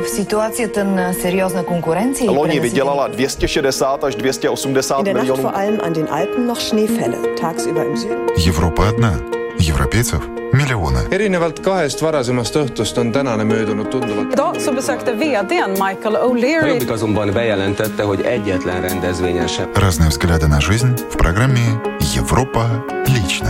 Ситуацията на сериозна конкуренция. Loni vydělala 260 až 280 milionů. vor allem an den Alpen noch Schneefälle. Tagsüber im Süden. Европа одна. Европейцев миллионы. Erinevalt kahest varasemast õhtust on tänane möödunud tunduvalt. Idag så besökte vd:n Michael O'Leary. Jobbik azonban bejelentette, hogy egyetlen rendezvényen sem. Разные взгляды на жизнь в программе «Европа лично».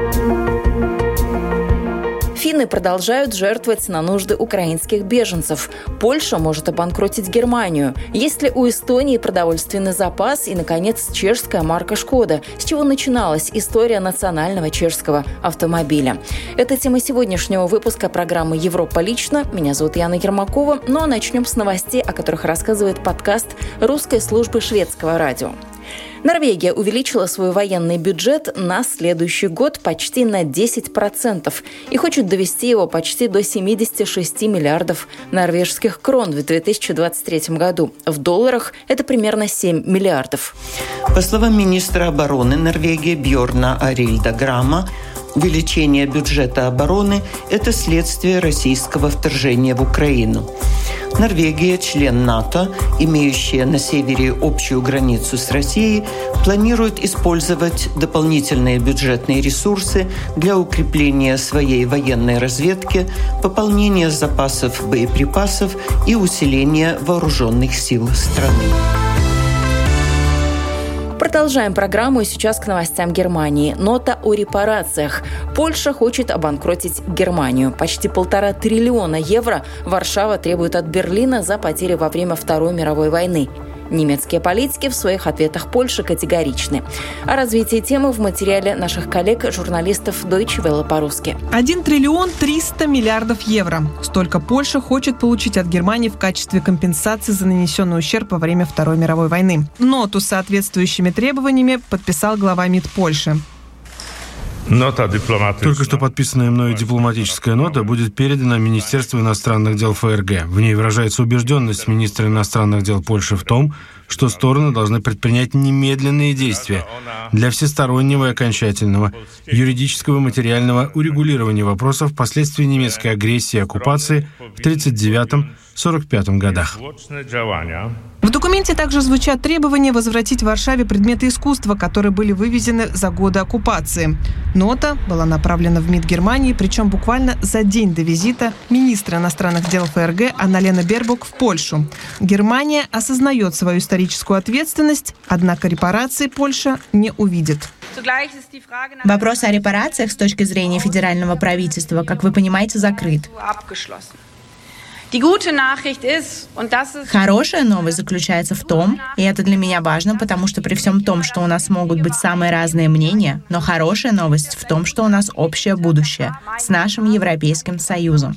Финны продолжают жертвовать на нужды украинских беженцев. Польша может обанкротить Германию. Есть ли у Эстонии продовольственный запас? И, наконец, чешская марка «Шкода». С чего начиналась история национального чешского автомобиля? Это тема сегодняшнего выпуска программы «Европа лично». Меня зовут Яна Ермакова. Ну а начнем с новостей, о которых рассказывает подкаст русской службы шведского радио. Норвегия увеличила свой военный бюджет на следующий год почти на 10% и хочет довести его почти до 76 миллиардов норвежских крон в 2023 году. В долларах это примерно 7 миллиардов. По словам министра обороны Норвегии Бьорна Арильда Грама, увеличение бюджета обороны – это следствие российского вторжения в Украину. Норвегия, член НАТО, имеющая на севере общую границу с Россией, планирует использовать дополнительные бюджетные ресурсы для укрепления своей военной разведки, пополнения запасов боеприпасов и усиления вооруженных сил страны. Продолжаем программу и сейчас к новостям Германии. Нота о репарациях. Польша хочет обанкротить Германию. Почти 1,5 триллиона евро Варшава требует от Берлина за потери во время Второй мировой войны. Немецкие политики в своих ответах Польши категоричны. О развитии темы в материале наших коллег, журналистов Deutsche Welle по-русски. 1 триллион 300 миллиардов евро. Столько Польша хочет получить от Германии в качестве компенсации за нанесенный ущерб во время Второй мировой войны. Ноту с соответствующими требованиями подписал глава МИД Польши. Только что подписанная мною дипломатическая нота будет передана Министерству иностранных дел ФРГ. В ней выражается убежденность министра иностранных дел Польши в том, что стороны должны предпринять немедленные действия для всестороннего и окончательного юридического и материального урегулирования вопросов последствий немецкой агрессии и оккупации в 1939-1945 годах. В документе также звучат требования возвратить Варшаве предметы искусства, которые были вывезены за годы оккупации. Нота была направлена в МИД Германии, причем буквально за день до визита министра иностранных дел ФРГ Анна-Лена Бербок в Польшу. Германия осознает свою историческую ответственность, однако репарации Польша не увидит. Вопрос о репарациях с точки зрения федерального правительства, как вы понимаете, закрыт. Хорошая новость заключается в том, и это для меня важно, потому что при всем том, что у нас могут быть самые разные мнения, но хорошая новость в том, что у нас общее будущее с нашим Европейским Союзом.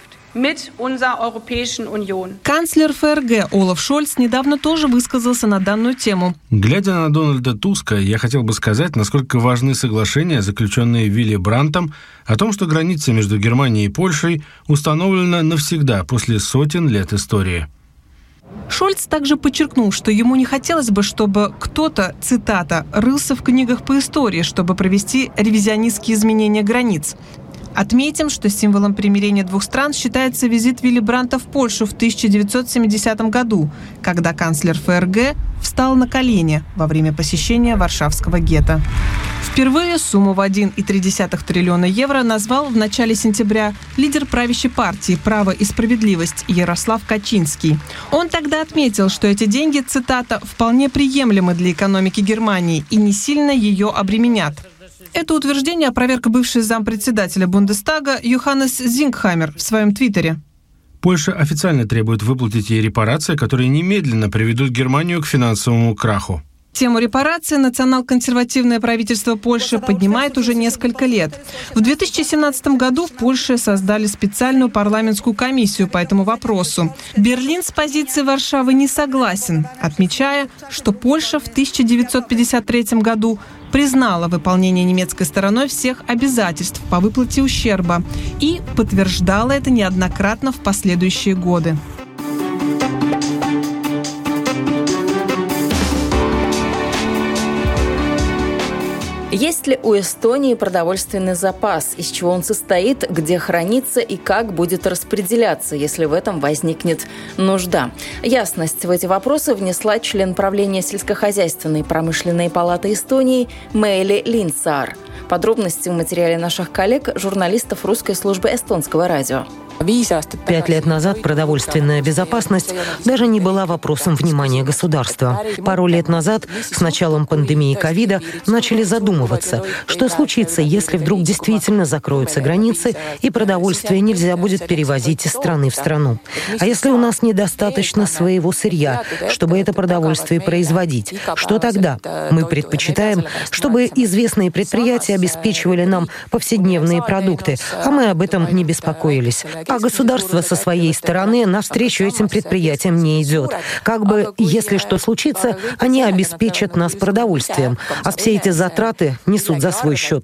Канцлер ФРГ Олаф Шольц недавно тоже высказался на данную тему. Глядя на Дональда Туска, я хотел бы сказать, насколько важны соглашения, заключенные Вилли Брандтом, о том, что граница между Германией и Польшей установлена навсегда после сотен лет истории. Шольц также подчеркнул, что ему не хотелось бы, чтобы кто-то, цитата, «рылся в книгах по истории, чтобы провести ревизионистские изменения границ». Отметим, что символом примирения двух стран считается визит Вилли Брандта в Польшу в 1970 году, когда канцлер ФРГ встал на колени во время посещения Варшавского гетто. Впервые сумму в 1,3 триллиона евро назвал в начале сентября лидер правящей партии «Право и справедливость» Ярослав Качинский. Он тогда отметил, что эти деньги, цитата, «вполне приемлемы для экономики Германии и не сильно ее обременят». Это утверждение опроверг бывший зампредседателя Бундестага Йоханнес Зингхаммер в своем твиттере. Польша официально требует выплатить ей репарации, которые немедленно приведут Германию к финансовому краху. Тему репараций национал-консервативное правительство Польши поднимает уже несколько лет. В 2017 году в Польше создали специальную парламентскую комиссию по этому вопросу. Берлин с позицией Варшавы не согласен, отмечая, что Польша в 1953 году признала выполнение немецкой стороной всех обязательств по выплате ущерба и подтверждала это неоднократно в последующие годы. Есть ли у Эстонии продовольственный запас? Из чего он состоит? Где хранится? И как будет распределяться, если в этом возникнет нужда? Ясность в эти вопросы внесла член правления сельскохозяйственной и промышленной палаты Эстонии Meeli Lindsaar. Подробности в материале наших коллег, журналистов русской службы эстонского радио. 5 лет назад продовольственная безопасность даже не была вопросом внимания государства. Пару лет назад, с началом пандемии ковида, начали задумываться, что случится, если вдруг действительно закроются границы и продовольствие нельзя будет перевозить из страны в страну. А если у нас недостаточно своего сырья, чтобы это продовольствие производить, что тогда? Мы предпочитаем, чтобы известные предприятия обеспечивали нам повседневные продукты, а мы об этом не беспокоились. А государство со своей стороны навстречу этим предприятиям не идет. Как бы, если что случится, они обеспечат нас продовольствием, а все эти затраты несут за свой счет.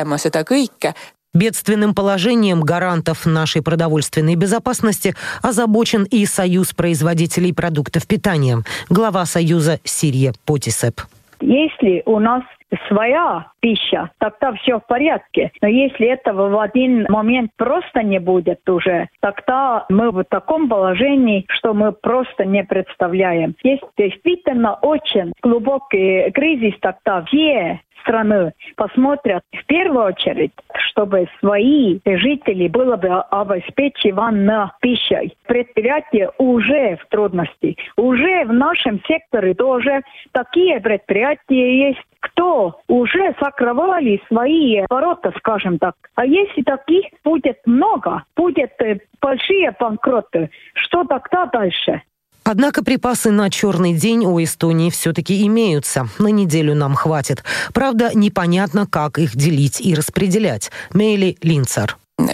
Бедственным положением гарантов нашей продовольственной безопасности озабочен и Союз производителей продуктов питания, глава Союза Сирья Потисеп. Если у нас своя пища, тогда все в порядке. Но если этого в один момент просто не будет уже, тогда мы в таком положении, что мы просто не представляем. Если действительно очень глубокий кризис, тогда все страны посмотрят в первую очередь, чтобы свои жители были бы обеспечены пищей. Предприятия уже в трудности. Уже в нашем секторе тоже такие предприятия есть, кто уже закрывали свои ворота, скажем так. А если таких будет много, будут большие банкроты, что тогда дальше? Однако припасы на черный день у Эстонии все-таки имеются. На неделю нам хватит. Правда, непонятно, как их делить и распределять. Meeli Lindsaar.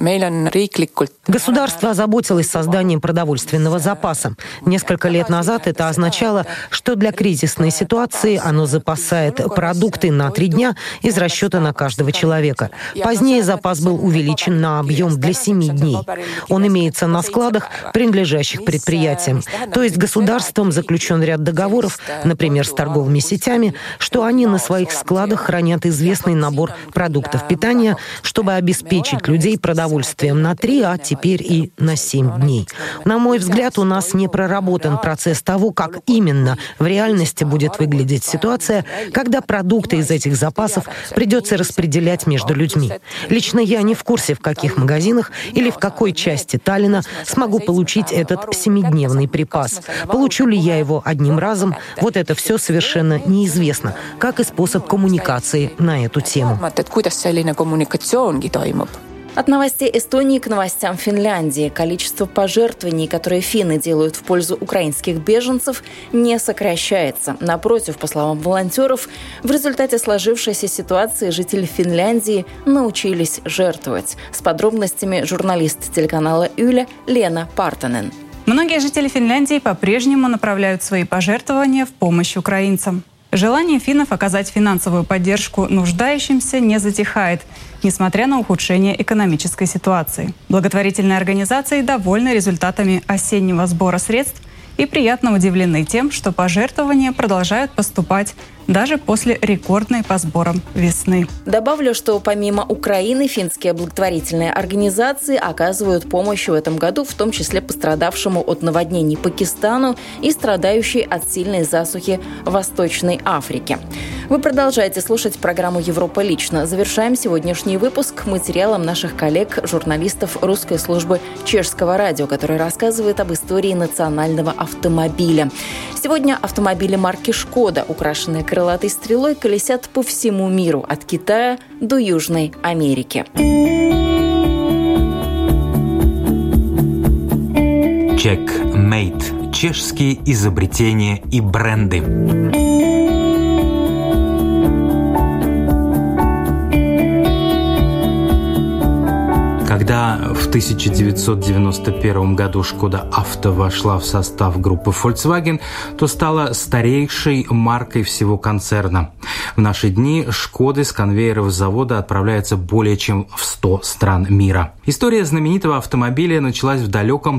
Государство озаботилось созданием продовольственного запаса. Несколько лет назад это означало, что для кризисной ситуации оно запасает продукты на 3 дня из расчета на каждого человека. Позднее запас был увеличен на объем для 7 дней. Он имеется на складах, принадлежащих предприятиям. То есть государством заключен ряд договоров, например, с торговыми сетями, что они на своих складах хранят известный набор продуктов питания, чтобы обеспечить людей продовольствием на 3, а теперь и на 7 дней. На мой взгляд, у нас не проработан процесс того, как именно в реальности будет выглядеть ситуация, когда продукты из этих запасов придется распределять между людьми. Лично я не в курсе, в каких магазинах или в какой части Таллина смогу получить этот 7-дневный припас. Получу ли я его одним разом, вот это все совершенно неизвестно, как и способ коммуникации на эту тему. От новостей Эстонии к новостям Финляндии. Количество пожертвований, которые финны делают в пользу украинских беженцев, не сокращается. Напротив, по словам волонтеров, в результате сложившейся ситуации жители Финляндии научились жертвовать. С подробностями журналист телеканала Yle Лена Партанен. Многие жители Финляндии по-прежнему направляют свои пожертвования в помощь украинцам. Желание финнов оказать финансовую поддержку нуждающимся не затихает, несмотря на ухудшение экономической ситуации. Благотворительные организации довольны результатами осеннего сбора средств и приятно удивлены тем, что пожертвования продолжают поступать даже после рекордной по сборам весны. Добавлю, что помимо Украины финские благотворительные организации оказывают помощь в этом году, в том числе пострадавшему от наводнений Пакистану и страдающей от сильной засухи Восточной Африке. Вы продолжаете слушать программу «Европа лично». Завершаем сегодняшний выпуск материалом наших коллег, журналистов русской службы чешского радио, который рассказывает об истории национального автомобиля. Сегодня автомобили марки «Шкода», украшенные крылатой стрелой, колесят по всему миру, от Китая до Южной Америки. Checkmate. Чешские изобретения и бренды. Когда в 1991 году «Шкода Авто» вошла в состав группы Volkswagen, то стала старейшей маркой всего концерна. В наши дни «Шкоды» с конвейеров завода отправляются более чем в 100 стран мира. История знаменитого автомобиля началась в далеком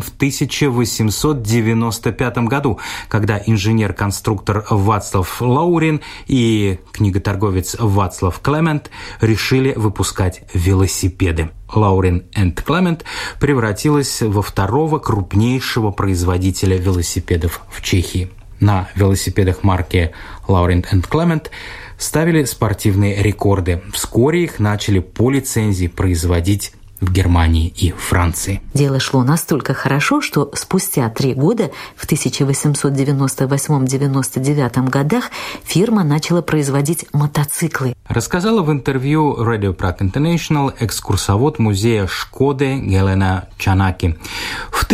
1895 году, когда инженер-конструктор Вацлав Лаурин и книготорговец Вацлав Клемент решили выпускать велосипеды. Laurin and Clement превратилась во второго крупнейшего производителя велосипедов в Чехии. На велосипедах марки Laurin and Clement ставили спортивные рекорды. Вскоре их начали по лицензии производить в Германии и Франции. Дело шло настолько хорошо, что спустя 3 года, в 1898-99 годах, фирма начала производить мотоциклы. Рассказала в интервью Radio Prague International экскурсовод музея Шкоды Гелена Чанаки. В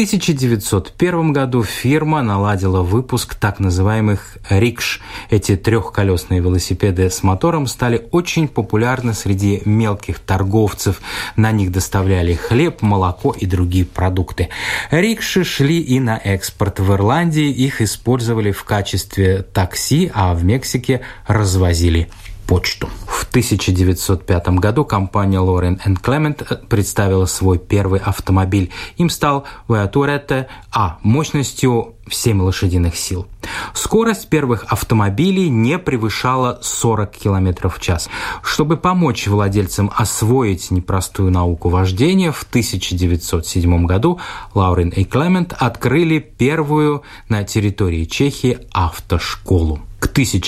1901 году фирма наладила выпуск так называемых рикш. Эти трехколесные велосипеды с мотором стали очень популярны среди мелких торговцев. На них доставляли хлеб, молоко и другие продукты. Рикши шли и на экспорт. В Ирландии их использовали в качестве такси, а в Мексике развозили почту. В 1905 году компания Laurin and Clement представила свой первый автомобиль. Им стал Voiturette А мощностью в 7 лошадиных сил. Скорость первых автомобилей не превышала 40 км в час. Чтобы помочь владельцам освоить непростую науку вождения, в 1907 году Laurin и Clement открыли первую на территории Чехии автошколу. К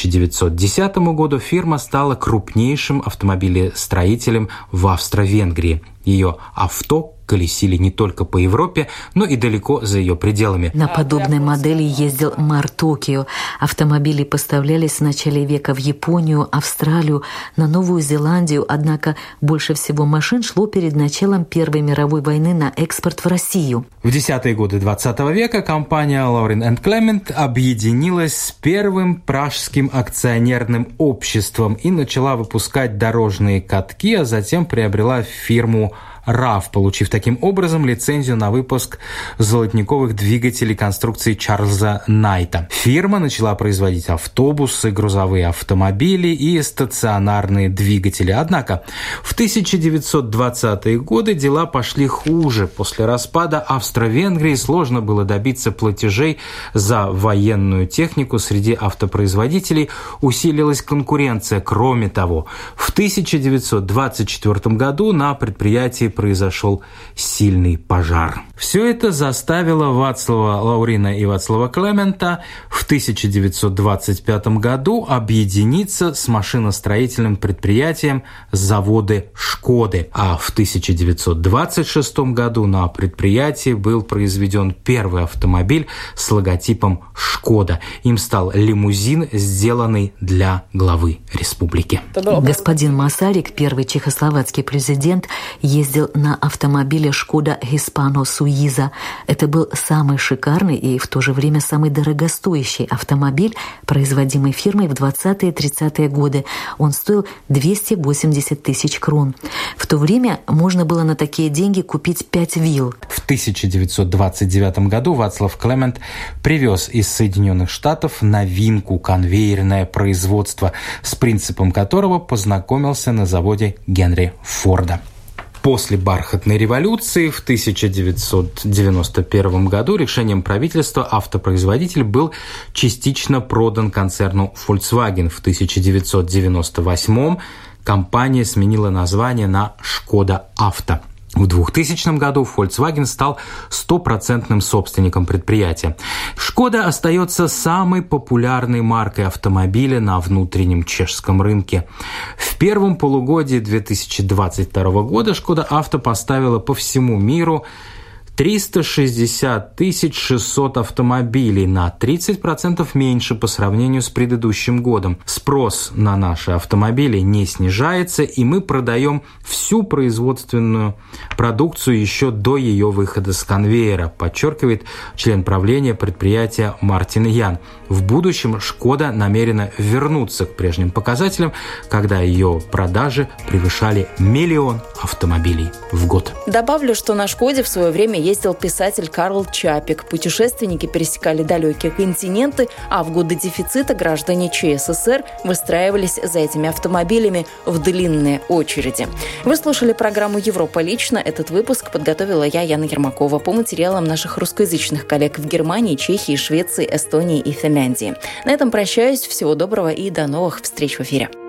1910 году фирма стала крупнейшим автомобилестроителем в Австро-Венгрии. Ее авто колесили не только по Европе, но и далеко за ее пределами. На подобной модели ездил мэр Токио. Автомобили поставлялись в начале века в Японию, Австралию, на Новую Зеландию, однако больше всего машин шло перед началом Первой мировой войны на экспорт в Россию. В 10-е годы 20 века компания Laurin and Clement объединилась с первым пражским акционерным обществом и начала выпускать дорожные катки, а затем приобрела фирму RAV, получив таким образом лицензию на выпуск золотниковых двигателей конструкции Чарльза Найта. Фирма начала производить автобусы, грузовые автомобили и стационарные двигатели. Однако в 1920-е годы дела пошли хуже. После распада Австро-Венгрии сложно было добиться платежей за военную технику. Среди автопроизводителей усилилась конкуренция. Кроме того, в 1924 году на предприятии произошел сильный пожар. Все это заставило Вацлава Лаурина и Вацлава Клемента в 1925 году объединиться с машиностроительным предприятием заводы «Шкоды». А в 1926 году на предприятии был произведен первый автомобиль с логотипом «Шкода». Им стал лимузин, сделанный для главы республики. Господин Масарик, первый чехословацкий президент, ездил на автомобиле «Шкода Hispano Suiza». Это был самый шикарный и в то же время самый дорогостоящий автомобиль, производимый фирмой в 20-30-е годы. Он стоил 280 тысяч крон. В то время можно было на такие деньги купить 5 вилл. В 1929 году Вацлав Клемент привез из Соединенных Штатов новинку – конвейерное производство, с принципом которого познакомился на заводе Генри Форда. После бархатной революции в 1991 году решением правительства автопроизводитель был частично продан концерну Volkswagen. В 1998 компания сменила название на «Шкода Авто». В 2000 году Volkswagen стал 100% собственником предприятия. «Шкода» остается самой популярной маркой автомобиля на внутреннем чешском рынке. В первом полугодии 2022 года «Шкода Авто» поставила по всему миру 360 600 автомобилей, на 30% меньше по сравнению с предыдущим годом. Спрос на наши автомобили не снижается, и мы продаем всю производственную продукцию еще до ее выхода с конвейера, подчеркивает член правления предприятия Мартин Ян. В будущем «Шкода» намерена вернуться к прежним показателям, когда ее продажи превышали 1 миллион автомобилей в год. Добавлю, что на «Шкоде» в свое время ездил писатель Карл Чапик. Путешественники пересекали далекие континенты, а в годы дефицита граждане ЧССР выстраивались за этими автомобилями в длинные очереди. Вы слушали программу «Европа лично». Этот выпуск подготовила я, Яна Ермакова, по материалам наших русскоязычных коллег в Германии, Чехии, Швеции, Эстонии и Финляндии. На этом прощаюсь. Всего доброго и до новых встреч в эфире.